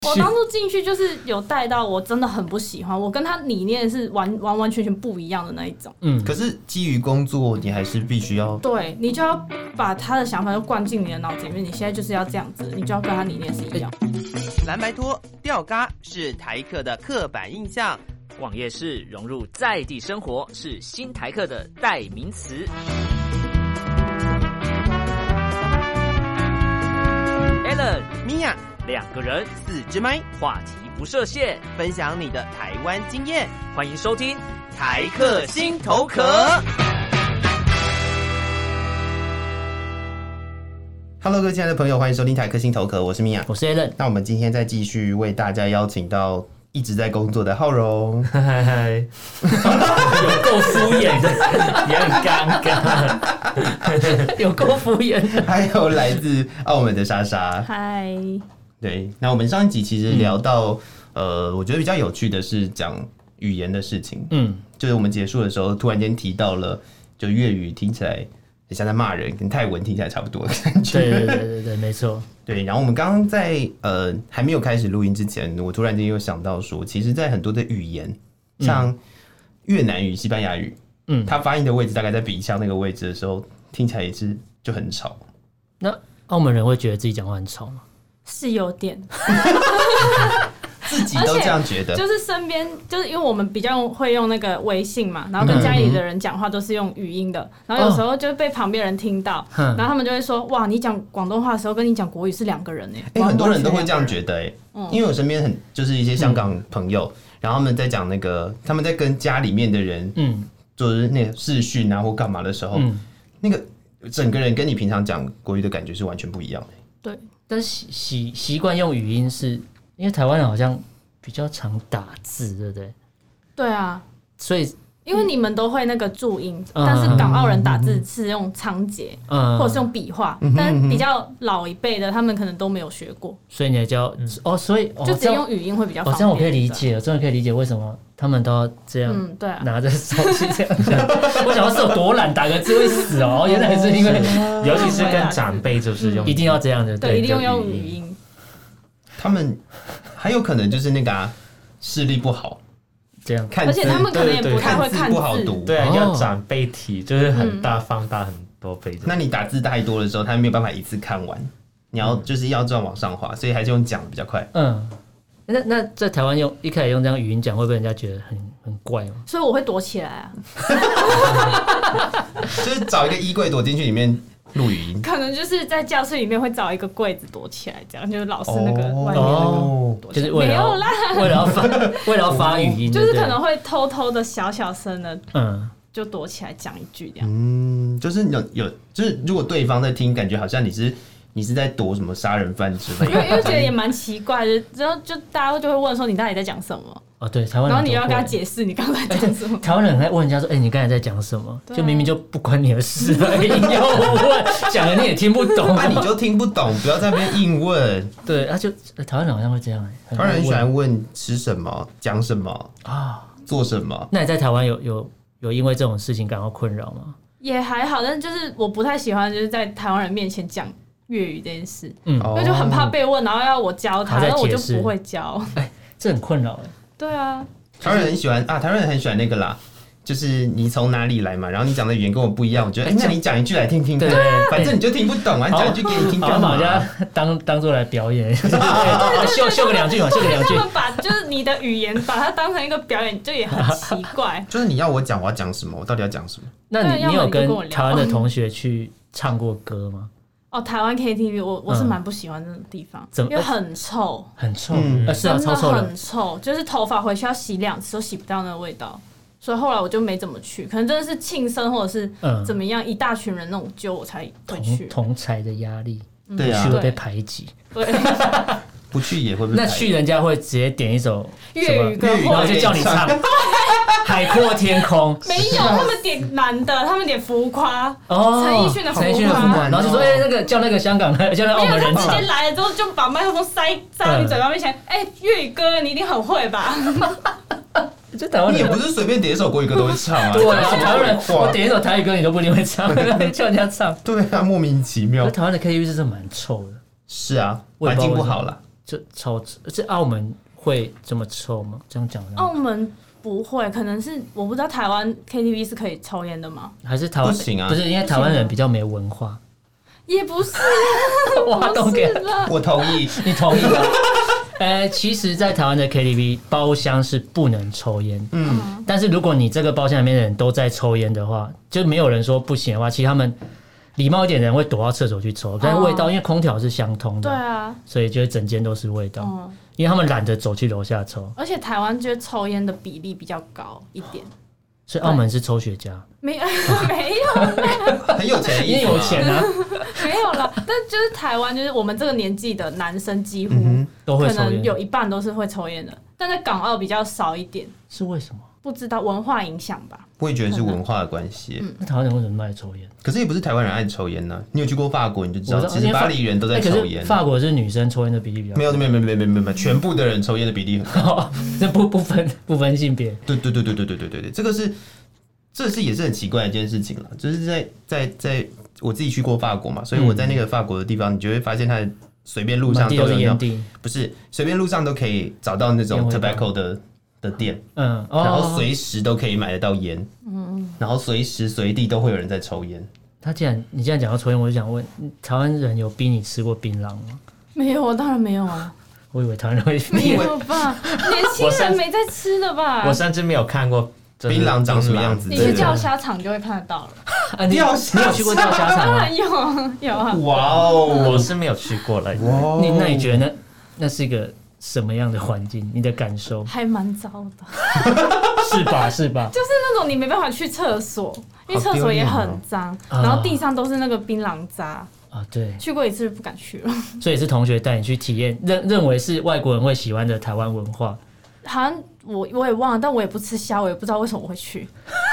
我当初进去就是有带到，我真的很不喜欢，我跟他理念是完全不一样的那一种。 可是基于工作，你还是必须要， 对，你就要把他的想法就灌进你的脑子里面，你现在就是要这样子，你就要跟他理念是一样。 蓝白拖、吊嘎是台客的刻板印象， 逛夜市融入在地生活是新台客的代名词。Alan、 米娅两个人 4支麦， 话题不设限， 分享你的台湾经验， 欢迎收听台客心头壳。 Hello， 各位亲爱的朋友，欢迎收听台客心头壳，我是米娅， 我是 Alan。 那我们今天再继续为大家邀请到一直在工作的浩荣， 嗨嗨嗨，有够敷衍的，也很尴尬，有够敷衍的。 还有来自澳门的莎莎。 嗨， 对，那我们上一集其实聊到，我觉得比较有趣的是讲语言的事情。就是我们结束的时候，突然间提到了，就粤语听起来很像在骂人，跟泰文听起来差不多的感觉。 对，没错。 对，然后我们刚刚在还没有开始录音之前，我突然间又想到说，其实，在很多的语言，像越南语、西班牙语，它发音的位置大概在鼻腔那个位置的时候，听起来也是就很吵。 那澳门人会觉得自己讲话很吵吗？ 是有点。 自己都这样觉得， 就是身边，就是因为我们比较会用那个微信嘛，然后跟家里的人讲话都是用语音的，然后有时候就被旁边人听到，然后他们就会说：“哇，你讲广东话的时候跟你讲国语是两个人哎。” 很多人都会这样觉得因为我身边就是一些香港朋友，然后他们在讲那个，他们在跟家里面的人，就是那个视讯啊或干嘛的时候，那个整个人跟你平常讲国语的感觉是完全不一样的。 对， 但是习惯用语音是。因为台湾人好像比较常打字，对不对？ 对啊， 所以因为你们都会那个注音，但是港澳人打字是用仓颉，或者是用笔画，但是比较老一辈的他们可能都没有学过， 所以你还教所以就直接用语音会比较方便。 这样我可以理解了，终于可以理解为什么他们都要这样， 对啊， 拿着手机这样讲。我想要是有多懒，打个字会死哦。原来是因为， 尤其是跟长辈就是用， 一定要这样的， 对，一定要用语音。 他们还有可能就是那个视力不好， 这样看字，而且他们可能也不太会看字， 不好读。 对啊，要长辈体，就是很大放大很多倍。 那你打字太多的时候，他没有办法一次看完，你要就是要这样往上滑，所以还是用讲的比较快。 那在台湾一开始用这样语音讲，会被人家觉得很怪吗？ 所以我会躲起来啊， 就是找一个衣柜躲进去里面。录语音可能就是在教室里面会找一个柜子躲起来，这样就是老师那个外面那个躲起来， 就是为了要发语音， 就是可能会偷偷的小声的，就躲起来讲一句这样。 就是就是如果对方在听，感觉好像你是在躲什么杀人犯之类的， 因为觉得也蛮奇怪的，然后就大家就会问说你到底在讲什么。 对，台湾人， 然后你又要跟他解释你刚才讲什么。 台湾人还问人家说：“你刚才在讲什么？”就明明就不关你的事，硬要问，讲了你也听不懂， 那你就听不懂，不要在那边硬问。 对，就台湾人好像会这样， 台湾人很喜欢问吃什么、讲什么做什么。 那你在台湾有因为这种事情感到困扰吗？ 也还好，但是就是我不太喜欢就是在台湾人面前讲粤语这件事，因为就很怕被问，然后要我教他，然后我就不会教。 这很困扰对啊， 台湾人很喜欢台湾人很喜欢那个啦，就是你从哪里来嘛，然后你讲的语言跟我不一样，我觉得那你讲一句来听听，对，反正你就听不懂啊，你讲一句给你听就好。 把人家当做来表演，秀个2句嘛，秀个2句。 他们把就是你的语言把它当成一个表演，就也很奇怪。 就是你要我讲，我要讲什么，我到底要讲什么？ 那你有跟台湾的同学去唱过歌吗？ 台湾 KTV 我是蛮不喜欢那种地方，因为很臭， 很臭，是啊，超臭的， 很臭，就是头发回去要洗2次都洗不到那个味道，所以后来我就没怎么去，可能真的是庆生或者是怎么样，一大群人那种揪我才会去。同侪的压力， 对啊， 去会被排挤， 对， 不去也会被排挤。 那去人家会直接点一首粤语歌， 然后就叫你唱。海阔天空没有，他们点男的，他们点浮夸，陈奕迅的浮夸， 然后就说那个叫那个香港的，叫那个澳门人， 他直接来了之后就把麦克风塞到你嘴巴面前，粤语歌你一定很会吧？ 就台湾人， 你也不是随便点一首国语歌都会唱啊。 对啊，台湾人我点一首台语歌你都不一定会唱，叫人家唱。 对啊，莫名其妙。 台湾的 KTV 是真的蛮臭的。 是啊，环境不好啦。 就超是澳门会这么抽吗？这样讲的？ 澳门不会，可能是我不知道台湾 KTV 是可以抽烟的吗？ 还是台湾不行啊？ 不是，因为台湾人比较没文化。 也不是， 挖洞给我同意， 你同意吗？其实，在台湾的 KTV 包厢是不能抽烟，但是如果你这个包厢里面的人都在抽烟的话，就没有人说不行的话，其实他们礼貌一点的人会躲到厕所去抽，但是味道因为空调是相通的， 对啊， 所以就整间都是味道，因为他们懒得走去楼下抽， 而且台湾就是抽烟的比例比较高一点。 所以澳门是抽雪茄， 没有很有钱的意思， 有钱啊， 没有啦。但就是台湾，就是我们这个年纪的男生几乎都会抽烟， 可能有一半都是会抽烟的，但在港澳比较少一点。 是为什么？ 不知道文化影响吧？ 我也觉得是文化的关系。 那台湾人为什么爱抽烟？ 可是也不是台湾人爱抽烟呢。你有去过法国，你就知道，其实巴黎人都在抽烟。 法国是女生抽烟的比例比较高， 没有，全部的人抽烟的比例很高， 这不分性别。 对，这是也是很奇怪的一件事情了。就是在我自己去过法国嘛，所以我在那个法国的地方，你就会发现它随便路上都有烟蒂，不是随便路上都可以找到那种 tobacco 的店，然后随时都可以买得到烟，然后随时随地都会有人在抽烟。 你既然讲到抽烟，我就想问，台湾人有逼你吃过槟榔吗？ 没有，当然没有啊。 我以为台湾人会， 没有吧？年轻人没在吃的吧？ 我甚至没有看过槟榔长什么样子。 你去钓虾场就会看得到了。 你有去过钓虾场吗？ 当然有啊。 哇哦， 我是没有去过了。 那你觉得那是一个什么样的环境？你的感受？ 还蛮糟的， 是吧？ 就是那种你没办法去厕所，因为厕所也很脏，然后地上都是那个槟榔渣。 对， 去过一次就不敢去了。 所以是同学带你去体验，认为是外国人会喜欢的台湾文化。 好像我也忘了，但我也不吃虾，我也不知道为什么我会去。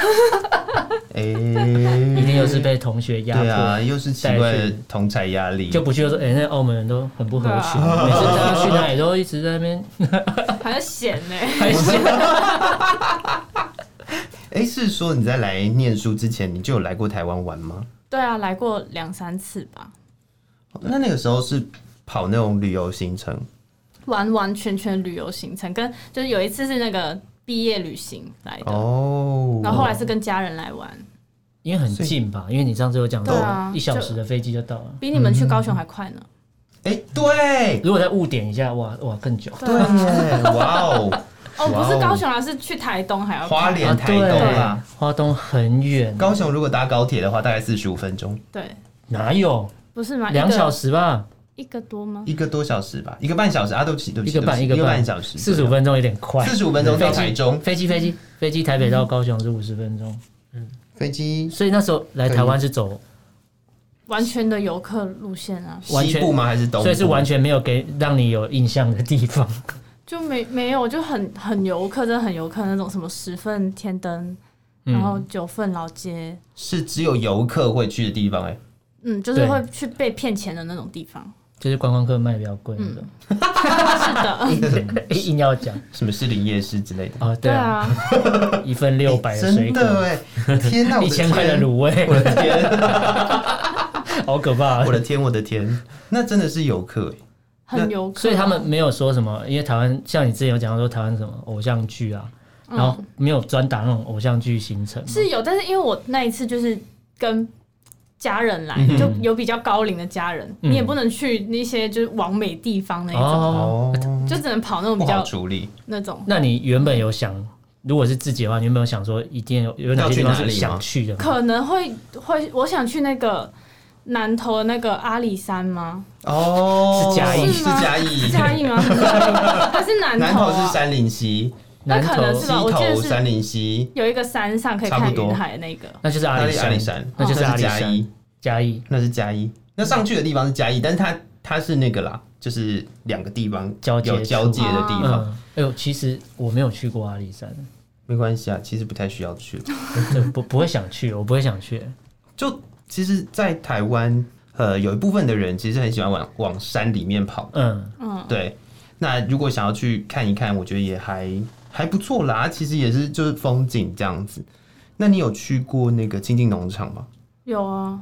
一定又是被同学压迫， 对啊，又是奇怪的同侪压力， 就不去说，那澳门人都很不合群，每次大家去哪里都一直在那边， 还在闲呢， 还闲。 是说你在来念书之前，你就有来过台湾玩吗？ 对啊，来过2-3次吧。 那个时候是跑那种旅游行程， 完全旅游行程，跟就是有一次是那个毕业旅行来的然后后来是跟家人来玩， 因为很近吧，因为你上次有讲到1小时的飞机就到了， 比你们去高雄还快呢。 对， 如果再误点一下，哇更久。 对耶，哇哦。 不是高雄啊，是去台东还要花莲、台东啦， 花东很远。 高雄如果搭高铁的话，大概45分钟。 对， 哪有？ 不是吗 ？2小时吧 ？1个多吗？ 1个多小时吧，1个半小时啊！对不起 ，1个半小时，45分钟有点快。 45分钟到台中， 飞机台北到高雄是50分钟。 飞机。 所以那时候来台湾是走完全的游客路线啊， 西部吗？还是东部？ 所以是完全没有让你有印象的地方。 就没有，就很游客，真的很游客那种，什么10份天灯，然后9份老街， 是只有游客会去的地方就是会去被骗钱的那种地方， 就是观光客卖比较贵那种。是的， 硬要讲什么士林夜市之类的对啊，1份600的水果， 真的天哪 ，1000块的卤味， 我的天， 好可怕！ 我的天，那真的是游客很游客， 所以他们没有说什么，因为台湾像你之前有讲到说台湾什么偶像剧啊，然后没有专打那种偶像剧行程， 是有，但是因为我那一次就是跟家人来，就有比较高龄的家人，你也不能去那些就是网美地方那种，就只能跑那种比较处理那种。 那你原本有想，如果是自己的话，你有没有想说一定有哪些地方是想去的？ 可能会，我想去那个南投的那个阿里山吗？ 是嘉义， 是嘉义吗？还是南投？ 南投是杉林溪。 那可能是吧，我记得是杉林溪有一个山上可以看云海的那个， 那就是阿里山，那就是阿里山，嘉义， 那是嘉义。那上去的地方是嘉义，但是它是那个啦，就是2个地方有交界的地方。 其实我没有去过阿里山， 没关系啊，其实不太需要去， 不会想去，我不会想去。 就其实，在台湾，有一部分的人其实很喜欢往山里面跑，对。那如果想要去看一看，我觉得也还不错啦，其实也是就是风景这样子。那你有去过那个清境农场吗？ 有啊，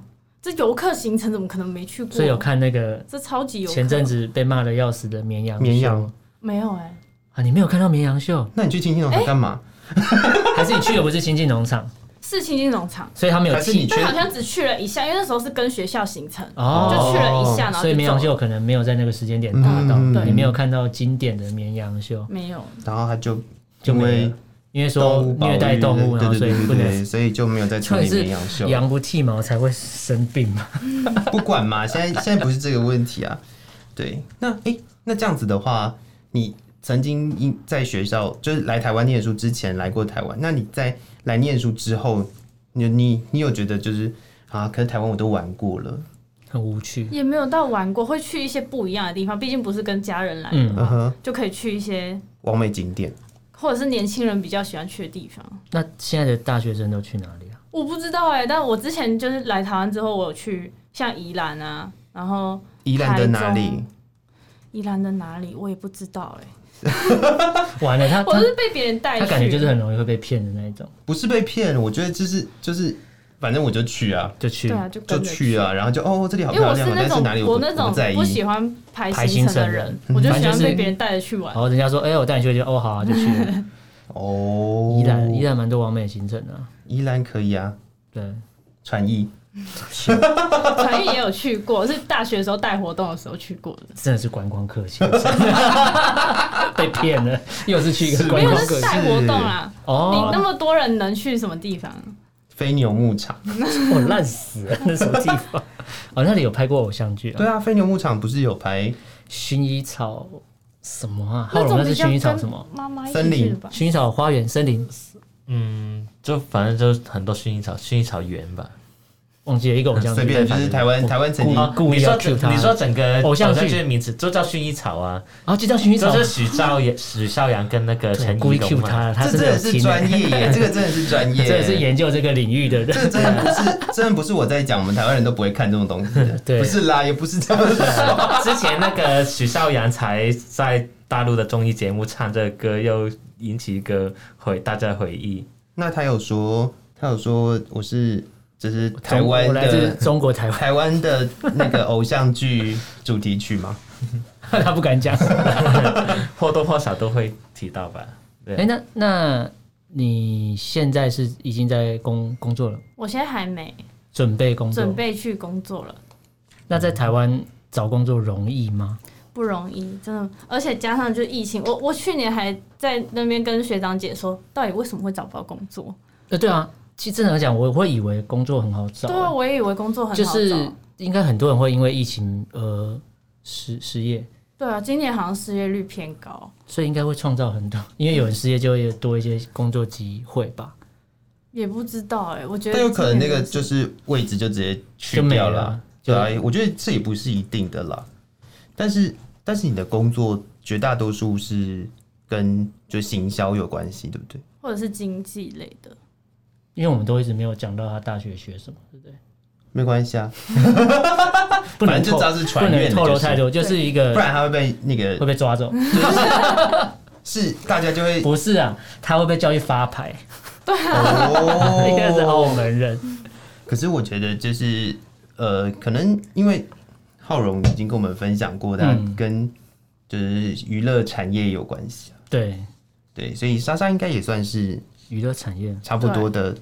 这游客行程怎么可能没去过？ 所以有看那个， 这超级游客。 前阵子被骂的要死的绵羊秀没有啊，你没有看到绵羊秀？ 那你去亲近农场干嘛？ 还是你去的不是亲近农场？ 是亲近农场， 所以他没有去， 但好像只去了一下，因为那时候是跟学校行程，就去了一下，然后所以绵羊秀可能没有在那个时间点达到，你没有看到经典的绵羊秀， 没有， 然后他就因为说虐待动物，然后所以不能， 所以就没有在处理绵羊秀。 羊不剃毛才会生病嘛？ 不管嘛，现在不是这个问题啊。对，那这样子的话，你曾经在学校就是来台湾念书之前来过台湾，那你在来念书之后，你有觉得就是啊，可是台湾我都玩过了， 很无趣， 也没有到玩过，会去一些不一样的地方，毕竟不是跟家人来的嘛，就可以去一些网美景点， 或者是年轻人比较喜欢去的地方。 那现在的大学生都去哪里啊？ 我不知道但我之前就是来台湾之后，我有去像宜兰啊，然后宜兰的哪里？ 宜兰的哪里我也不知道完了， 我是被别人带去， 他感觉就是很容易会被骗的那一种。 不是被骗，我觉得就是，反正我就去啊， 就去， 对啊，就去啊，然后就这里好漂亮，但是哪里我那种不喜欢排行程的人，我就喜欢被别人带着去玩。 然后人家说，我带你去，就好啊，就去了。宜兰蛮多完美行程的， 宜兰可以啊， 对， 传艺。 传艺也有去过，是大学的时候带活动的时候去过的， 真的是观光客行程，被骗了，又是去一个观光客， 没有是带活动啊。你那么多人能去什么地方？ 飞牛牧场， 我烂死了，那什么地方？那里有拍过偶像剧啊？ 对啊，飞牛牧场不是有拍薰衣草什么啊？浩荣那是薰衣草什么？ 森林， 薰衣草花园森林。 就反正就很多薰衣草园吧。 忘记了一个偶像剧， 随便就是台湾曾经故意要 cue 他。 你说整个偶像剧的名字就叫薰衣草啊？ 就叫薰衣草， 就是许绍洋跟那个陈怡故意 cue 他，他真的是专业耶，这个真的是专业， 真的是研究这个领域的人。 这真的不是我在讲，我们台湾人都不会看这种东西的。 对， 不是啦，也不是这样说。 之前那个许绍洋才在大陆的综艺节目唱这个歌，又引起一个大家回忆。 那他有说我是。就是台湾的中国台湾的那个偶像剧主题曲吗？ 他不敢讲， 或多或少都会提到吧。 那你现在是已经在工作了？ 我现在还没准备工作， 准备去工作了。 那在台湾找工作容易吗？ 不容易，真的，而且加上就是疫情，我去年还在那边跟学长姐说，到底为什么会找不到工作？ 对啊。其实正常讲，我会以为工作很好找。 对啊，我也以为工作很好找。 就是应该很多人会因为疫情失业。 对啊，今年好像失业率偏高， 所以应该会创造很多，因为有人失业就会多一些工作机会吧。 也不知道我觉得。 但有可能那个就是位置就直接去掉了。对啊，我觉得这也不是一定的啦。但是你的工作绝大多数是跟就行销有关系，对不对？ 或者是经济类的。 因为我们都一直没有讲到他大学学什么，对不对？ 没关系啊， 不能就知道是传院的， 不能透露太多，就是一个， 不然他会被抓走。是大家就会不是啊，他会被叫去发牌。 对啊， 应该是澳门人。 可是我觉得就是可能因为浩荣已经跟我们分享过，他跟就是娱乐产业有关系啊。对，所以莎莎应该也算是。 娱乐产业差不多的，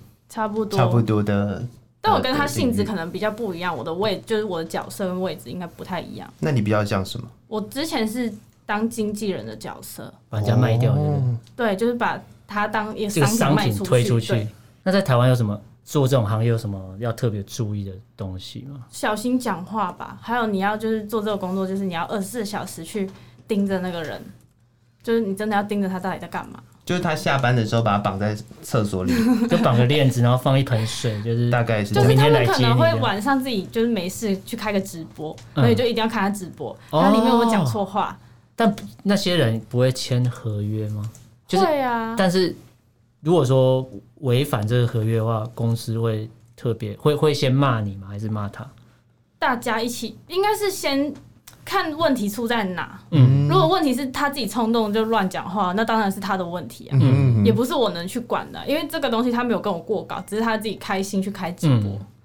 但我跟他性质可能比较不一样，我的位就是我的角色跟位置应该不太一样。 那你比较像什么？ 我之前是当经纪人的角色， 把人家卖掉， 对，就是把它当一个商品推出去。 那在台湾有什么做这种行业有什么要特别注意的东西吗？ 小心讲话吧，还有你要就是做这个工作，就是你要24小时去盯着那个人，就是你真的要盯着他到底在干嘛。 就是他下班的时候把他绑在厕所里， 就绑个链子，然后放一盆水，就是大概是。 就是他们可能会晚上自己就是没事去开个直播，所以就一定要看他直播，他里面有没有讲错话。 但那些人不会签合约吗？ 会啊。 但是如果说违反这个合约的话，公司会特别会先骂你吗？还是骂他？ 大家一起应该是先。看问题出在哪，如果问题是他自己冲动就乱讲话，那当然是他的问题啊，也不是我能去管的，因为这个东西他没有跟我过稿，只是他自己开心去开直播，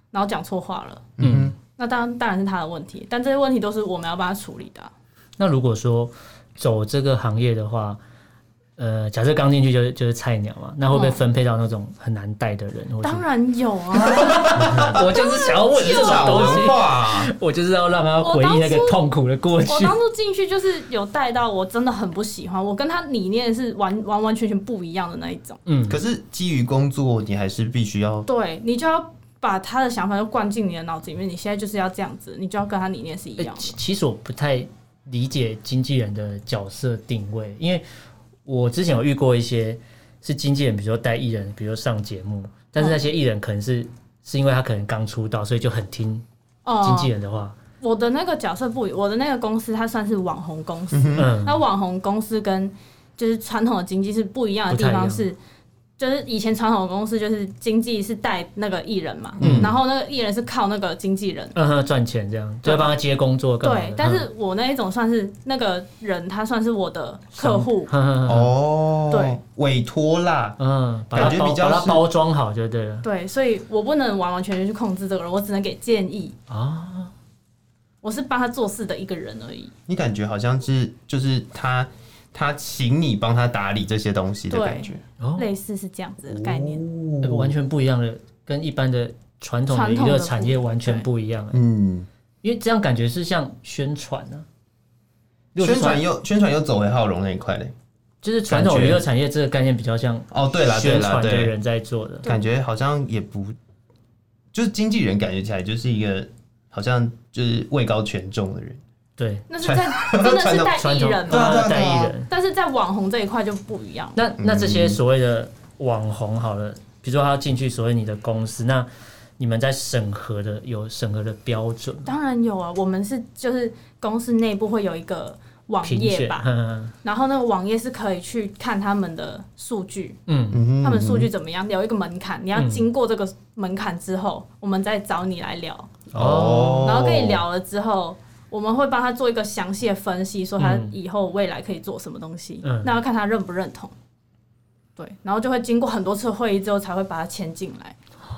然后讲错话了，那当然是他的问题，但这些问题都是我们要帮他处理的那如果说走这个行业的话，假设刚进去就是菜鸟嘛，那会不会分配到那种很难带的人？ 当然有啊， 我就是想要问这种东西，我就是要让他回忆那个痛苦的过去。 我当初进去就是有带到我真的很不喜欢，我跟他理念是完全不一样的那一种。 可是基于工作，你还是必须要对，你就要把他的想法就灌进你的脑子里面，你现在就是要这样子，你就要跟他理念是一样的。 其实我不太理解经纪人的角色定位，因为我之前有遇过一些是经纪人，比如说带艺人，比如说上节目，但是那些艺人可能是因为他可能刚出道，所以就很听经纪人的话。 我的那个角色不一，我的那个公司它算是网红公司，那网红公司跟就是传统的经纪是不一样的地方是。就是以前传统的公司就是经纪是带那个艺人嘛，然后那个艺人是靠那个经纪人赚钱，这样就要帮他接工作干嘛的。 对，但是我那一种算是那个人，他算是我的客户对，委托啦，感觉比较把它包装好就对了。 对，所以我不能完全去控制这个人，我只能给建议啊。我是帮他做事的一个人而已。 你感觉好像是就是他请你帮他打理这些东西的感觉， 类似是这样子的概念， 完全不一样的，跟一般的传统的娱乐产业完全不一样。因为这样感觉是像宣传啊， 宣传又走回浩荣那一块嘞， 就是传统娱乐产业这个概念比较像对啦宣传的人在做的， 感觉好像也不就是经纪人，感觉起来就是一个好像就是位高权重的人。 对， 那是真的是带艺人嘛？带艺人， 但是在网红这一块就不一样。 那这些所谓的网红好了，比如说他要进去所谓你的公司，那你们在有审核的标准吗？ 当然有啊，我们就是公司内部会有一个网页吧，然后那个网页是可以去看他们的数据，他们数据怎么样，有一个门槛，你要经过这个门槛之后，我们再找你来聊，然后跟你聊了之后。我们会帮他做一个详细的分析，说他以后未来可以做什么东西，那要看他认不认同。对，然后就会经过很多次会议之后，才会把他签进来。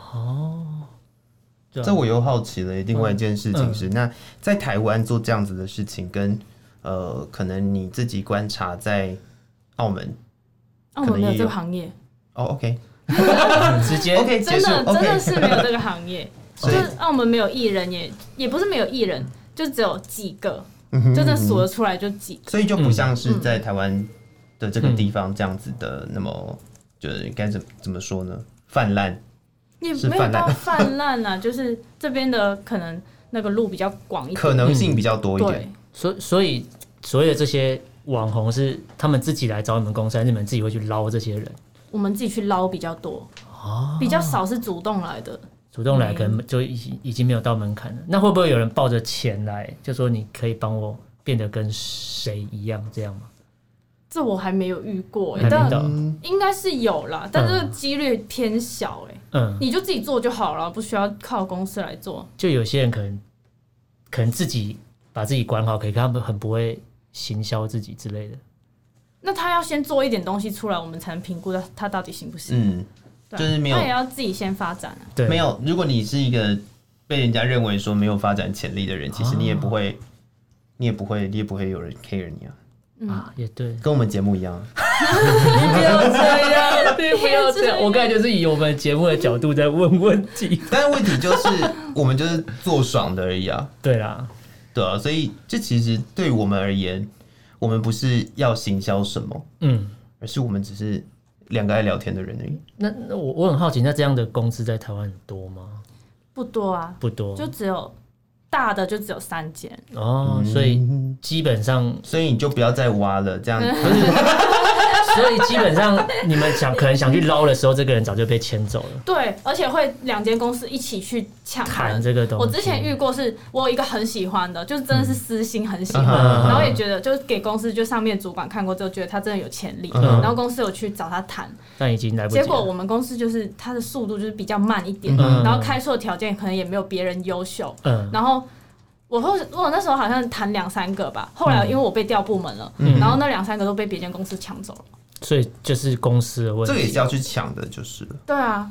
这我又好奇了。另外一件事情是，那在台湾做这样子的事情，跟可能你自己观察在澳门没有这个行业。 OK， 直接 OK， 真的是没有这个行业。就是澳门没有艺人，也不是没有艺人。就只有几个，就真的数得出来就几个， 所以就不像是在台湾的这个地方这样子的，那么就是该怎么说呢？泛滥也没有到泛滥啊，就是这边的可能那个路比较广一点， 可能性比较多一点。 所以所谓的这些网红是他们自己来找你们公司，还是你们自己会去捞这些人？ 我们自己去捞比较多，比较少是主动来的。 主动来可能就已经没有到门槛了，那会不会有人抱着钱来，就说你可以帮我变得跟谁一样这样吗？ 这我还没有遇过，但应该是有啦，但这个几率偏小你就自己做就好了，不需要靠公司来做。 就有些人可能自己把自己管好，可以，他们很不会行销自己之类的。 那他要先做一点东西出来，我们才能评估他到底行不行。 就是没有， 他也要自己先发展啊。 对，没有。如果你是一个被人家认为说没有发展潜力的人，其实你也不会有人 care 你啊。 也对， 跟我们节目一样。 你不要这样，你不要这样。我刚才就是以我们节目的角度在问问题， 但是问题就是我们就是做爽的而已啊。 对啦， 对啊，所以这其实对我们而言，我们不是要行销什么，而是我们只是两个爱聊天的人而已。 那我很好奇，那这样的公司在台湾很多吗？ 不多啊， 不多， 就只有大的就只有3间所以基本上， 所以你就不要再挖了，这样。 所以基本上你们可能想去捞的时候，这个人早就被牵走了。 对，而且会2间公司一起去抢谈这个东西。 我之前遇过是，我有一个很喜欢的，就是真的是私心很喜欢，然后也觉得就是给公司就上面主管看过之后，觉得他真的有潜力，然后公司有去找他谈， 但已经来不及了。 结果我们公司就是他的速度就是比较慢一点，然后开出的条件可能也没有别人优秀，然后。我那时候好像谈2-3个吧，后来因为我被调部门了，然后那2-3个都被别间公司抢走了。 所以就是公司的问题， 这个也是要去抢的，就是了。 对啊，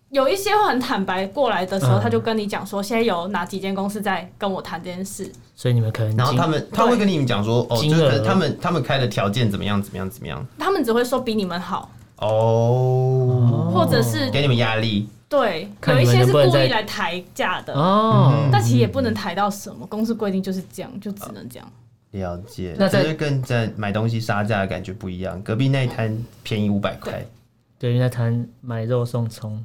有一些会很坦白过来的时候，他就跟你讲说，现在有哪几间公司在跟我谈这件事， 所以你们可能， 然后他会跟你们讲说，哦，就是他们开的条件怎么样，他们只会说比你们好， 或者是给你们压力。 对，有一些是故意来抬价的，但其实也不能抬到什么，公司规定就是这样，就只能这样。 了解，那这跟在买东西杀价的感觉不一样。隔壁那一摊便宜500块， 对，那摊买肉送葱。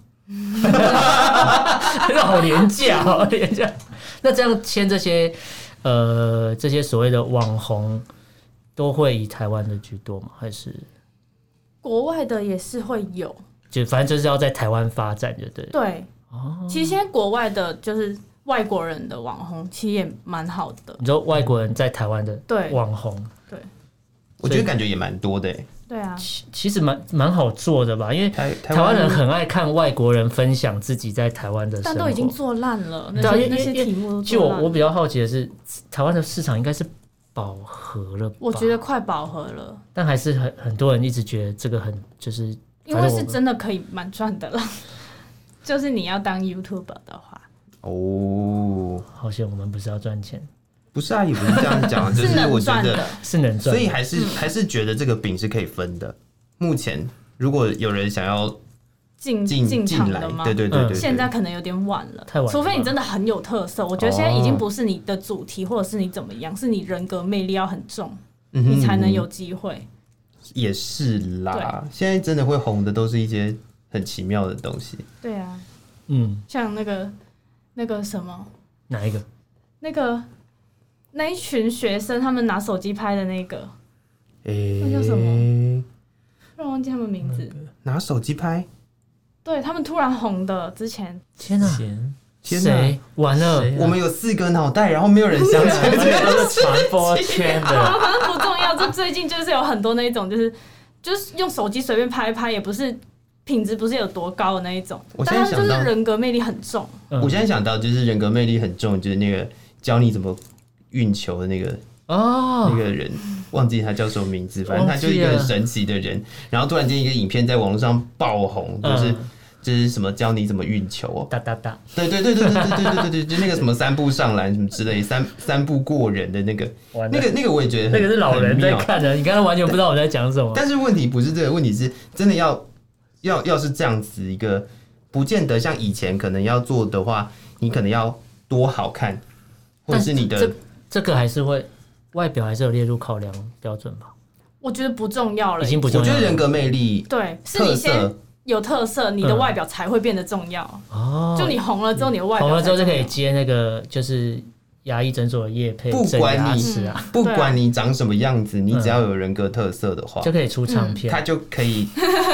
好廉价，好廉价。那这样签这些所谓的网红，都会以台湾的居多吗？还是国外的也是会有？ 就反正就是要在台湾发展，就对。 对，其实现在国外的就是外国人的网红，其实也蛮好的。 你说外国人在台湾的网红， 对， 我觉得感觉也蛮多的。 对啊， 其实蛮好做的吧，因为台湾人很爱看外国人分享自己在台湾的生活， 但都已经做烂了，那些题目都做烂了。就我比较好奇的是，台湾的市场应该是饱和了吧？ 我觉得快饱和了， 但还是很多人一直觉得这个就是因为是真的可以蛮赚的了，就是你要当 YouTuber 的话， 好像我们不是要赚钱。 不是啊，也不是这样讲，就是我觉得是能赚， 所以还是觉得这个饼是可以分的。目前如果有人想要进场的吗？ 对， 现在可能有点晚了， 太晚了， 除非你真的很有特色。我觉得现在已经不是你的主题，或者是你怎么样，是你人格魅力要很重，你才能有机会。 也是啦，现在真的会红的都是一些很奇妙的东西。 对啊，像那个什么， 哪一个？ 那一群学生他们拿手机拍的那个，那叫什么？让我忘记他们名字。 拿手机拍？ 对，他们突然红的之前。 天哪！谁完了？ 我们有4个脑袋，然后没有人相信， 这个都是传播圈的。 反正不重要，就最近就是有很多那一种，就是用手机随便拍一拍，也不是品质不是有多高的那一种，但是就是人格魅力很重。 我现在想到就是人格魅力很重，就是那个教你怎么运球的那个人，忘记他叫什么名字，反正他就一个很神奇的人，然后突然间一个影片在网络上爆红，就是什么教你怎么运球哒哒哒， 对，就那个什么3步上篮什么之类，三步过人的那个我也觉得那个是老人在看的，你刚刚完全不知道我在讲什么。 但是问题不是这个，问题是真的要是这样子一个，不见得像以前可能要做的话，你可能要多好看，或者是你的这个还是会外表还是有列入考量标准吧？ 我觉得不重要了， 已经不重要了。 我觉得人格魅力， 对，是你先有特色，你的外表才会变得重要。就你红了之后，你的外表红了之后就可以接那个就是牙医诊所的业配， 不管你长什么样子，你只要有人格特色的话， 就可以出唱片， 他就可以。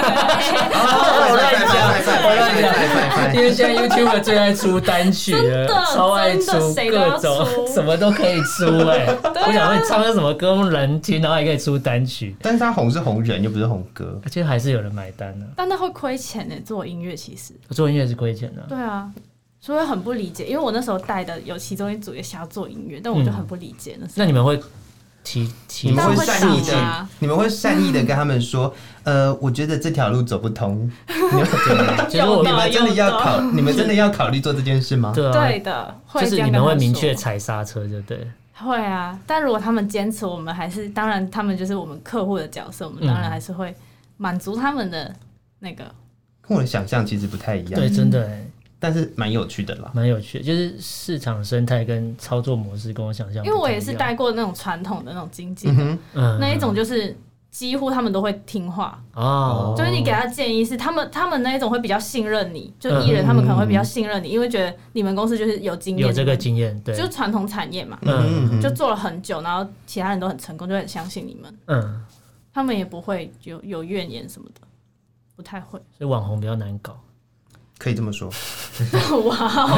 因为现在 YouTube 最爱出单曲了，超爱出各种什么都可以出我想说你唱的什么歌人听，然后还可以出单曲。 但是他红是红人，又不是红歌， 而且还是有人买单呢。 但那会亏钱呢，做音乐其实。 做音乐是亏钱的。 对啊。所以很不理解，因为我那时候带的有其中一组也想要做音乐，但我就很不理解。 那你们会你们会善意的跟他们说，我觉得这条路走不通。你们真的要考虑做这件事吗？ 对的， 就是你们会明确踩刹车，就对。 会啊，但如果他们坚持，我们还是当然，他们就是我们客户的角色，我们当然还是会满足他们的那个。 跟我的想象其实不太一样。 对，真的但是蛮有趣的啦， 蛮有趣的，就是市场生态跟操作模式跟我想象， 因为我也是带过那种传统的那种经纪的，那一种就是几乎他们都会听话就是你给他建议是他们那一种会比较信任你，就艺人他们可能会比较信任你，因为觉得你们公司就是有经验， 有这个经验，对， 就是传统产业嘛，就做了很久，然后其他人都很成功，就很相信你们，他们也不会有怨言什么的，不太会， 所以网红比较难搞。 可以这么说。 哇！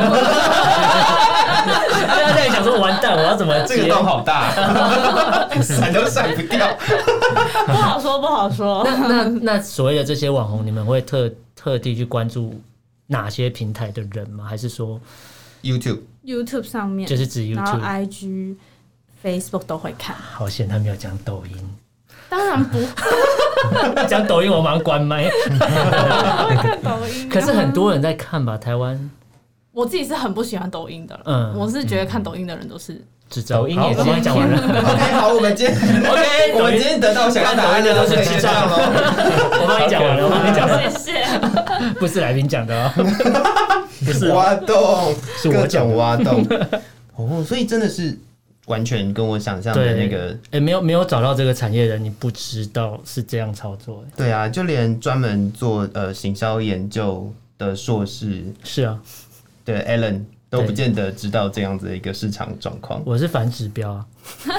大家在想说完蛋，我要怎么接？ 这个洞好大，闪都闪不掉。 不好说。 那所谓的这些网红，你们会特地去关注哪些平台的人吗？还是说 YouTube 上面， 就是指 YouTube， 然后 IG、Facebook 都会看。 好险他没有讲抖音。 当然不讲抖音我马上关麦。 我会看抖音， 可是很多人在看吧，台湾。 我自己是很不喜欢抖音的了，我是觉得看抖音的人都是智障。 抖音也是我帮你讲完了。 OK， 好，我们今天 OK， 我们今天得到想要答案的都是智障喽。 我帮你讲完了，我帮你讲完了。 谢谢。 不是来宾讲的哦，不是挖洞， 是我讲各种挖洞。哦，所以真的是完全跟我想象的那个， 没有找到这个产业的人，你不知道是这样操作。 对啊，就连专门做行销研究的硕士， 是啊， 对 Alan 都不见得知道这样子的一个市场状况。 我是反指标啊。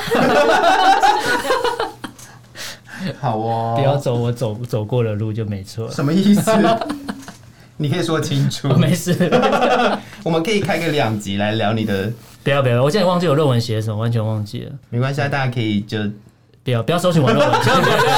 好哦， 不要走我走过的路就没错了。 什么意思？你可以说清楚。 没事， 我们可以开个2集来聊你的。 不要，我现在忘记我论文写什么，完全忘记了。 没关系，大家可以就不要搜寻我论文，不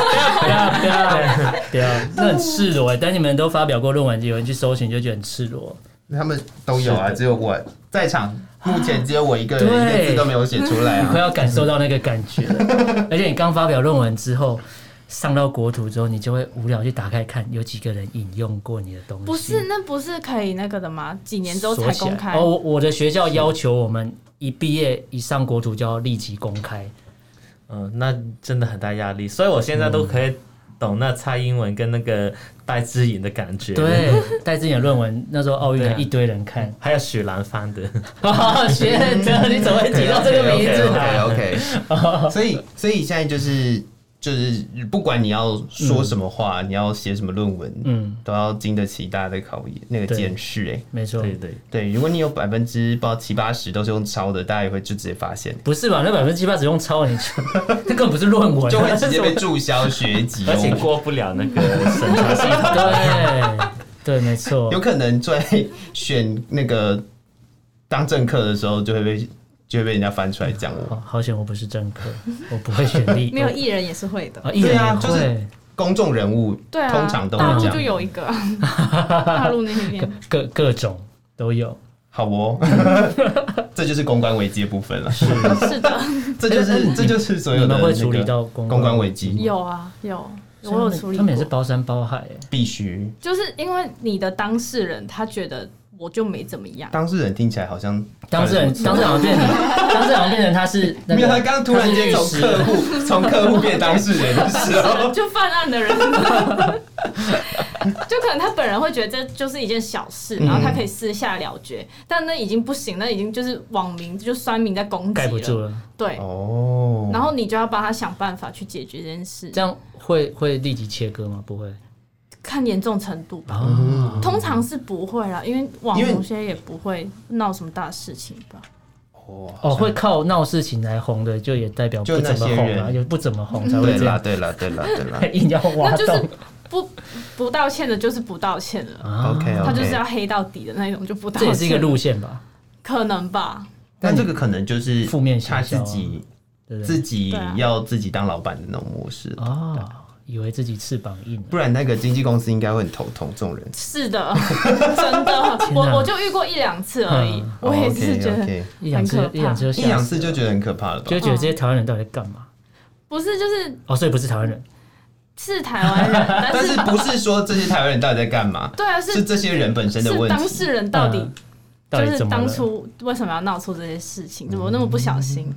要，那很赤裸哎。等你们都发表过论文，有人去搜寻就觉得很赤裸。 他们都有啊，只有我在场，目前只有我一个人，一个字都没有写出来啊！ 快要感受到那个感觉了。而且你刚发表论文之后，上到国土之后，你就会无聊去打开看，有几个人引用过你的东西。 不是，那不是可以那个的吗？几年之后才公开？ 我的学校要求我们一毕业一上国土就要立即公开。 那真的很大压力，所以我现在都可以懂那蔡英文跟那个戴资颖的感觉。 对，戴资颖的论文那时候奥运一堆人看， 还有许兰芳的。 学的，你怎么会提到这个名字 ？OK， 所以现在就是不管你要说什么话，你要写什么论文，都要经得起大家的考验，那个检视。 没错， 对，如果你有70%-80%都是用抄的，大家也会就直接发现。 不是吧？那70%-80%用抄，你那根本不是论文， 就会直接被注销学籍， 而且过不了那个审查系统。 对，没错。 有可能在选那个当政客的时候，就会被人家翻出来讲我。 好险我不是政客，我不会选立。 没有艺人也是会的。 艺人也会， 就是公众人物，通常都会这样。 大陆就有一个，大陆那边各种都有。 好哦，这就是公关危机的部分了。 是的， 这就是所有的。 你们会处理到公关危机？ 有啊，我有处理过。 他们也是包山包海， 必须。 就是因为你的当事人他觉得我就没怎么样。 当事人听起来好像当事人好像变成他是没有，他刚突然间从客户变当事人的时候， 就犯案的人。就可能他本人会觉得这就是一件小事，然后他可以私下了结，但那已经不行，那已经就是网民就酸民在攻击了， 盖不住了。 对，然后你就要帮他想办法去解决这件事。 这样会立即切割吗？不会， 看严重程度吧。通常是不会啦，因为网红现在也不会闹什么大事情吧。 会靠闹事情来红的，就也代表不怎么红啊，就不怎么红才会这样。 对啦， 硬要挖洞。 不道歉的，就是不道歉了。 OK， 他就是要黑到底的那种，就不道歉。 这也是一个路线吧？ 可能吧。 但这个可能就是负面他自己要自己当老板的那种模式哦。以为自己翅膀硬， 不然那个经纪公司应该会很头痛。这种人是的，真的，我就遇过1-2次而已，我也是觉得很可怕。 1-2次就觉得很可怕了吧？ 就觉得这些台湾人到底在干嘛？ 不是，就是所以不是台湾人。 是台湾人， 但是不是说这些台湾人到底在干嘛？ 对啊， 是这些人本身的问题。 是当事人到底就是当初为什么要闹出这些事情？怎么那么不小心？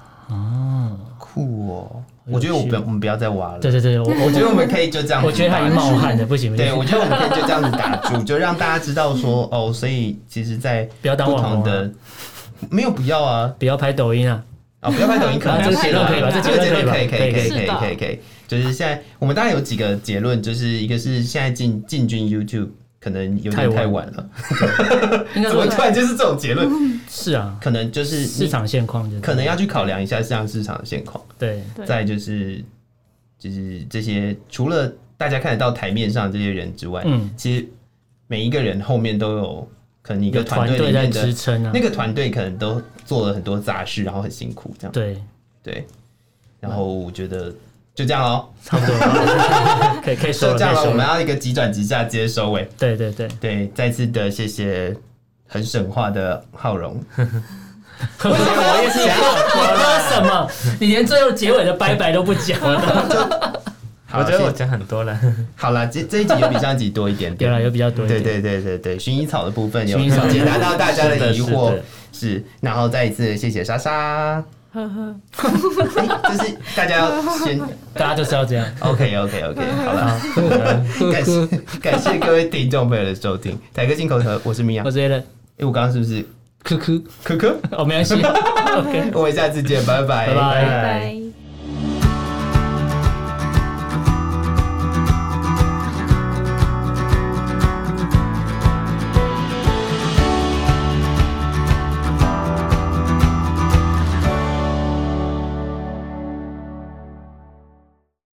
酷哦！我觉得我们不要再挖了。 对， 我觉得我们可以就这样。 我觉得他已经冒汗了，不行。 对，我觉得我们可以就这样子打住，就让大家知道说所以其实，在不要当网红的， 没有不要啊， 不要拍抖音啊。 不要拍抖音，可能这个结论可以吧？这个结论可以。 可以。 就是现在我们大概有几个结论，就是一个是现在进军 YouTube 可能有点太晚了，怎么突然就是这种结论？ 是啊， 可能就是市场现况， 可能要去考量一下像市场的现况。 对， 再就是这些除了大家看得到台面上这些人之外，其实每一个人后面都有可能一个团队里面的支撑啊， 那个团队可能都做了很多杂事，然后很辛苦这样。对，然后我觉得就这样咯， 差不多可以收了。 就这样了，我们要一个急转直下接收尾。 对， 再次的谢谢很省话的浩荣。 我也是想，你说什么？你连最后结尾的拜拜都不讲。 我觉得我讲很多了。 好啦，这一集有比上一集多一点点， 有比较多一点。 对，薰衣草的部分有解答到大家的疑惑，是。然后再一次谢谢莎莎。呵呵，就是大家要先， 大家就是要这样。 OK， 好了，感谢各位听众朋友的收听。台客进口盒，我是米娅， 我是 Alan。 我刚刚是不是科？ 哦，没关系。OK， 我们下次见，拜拜。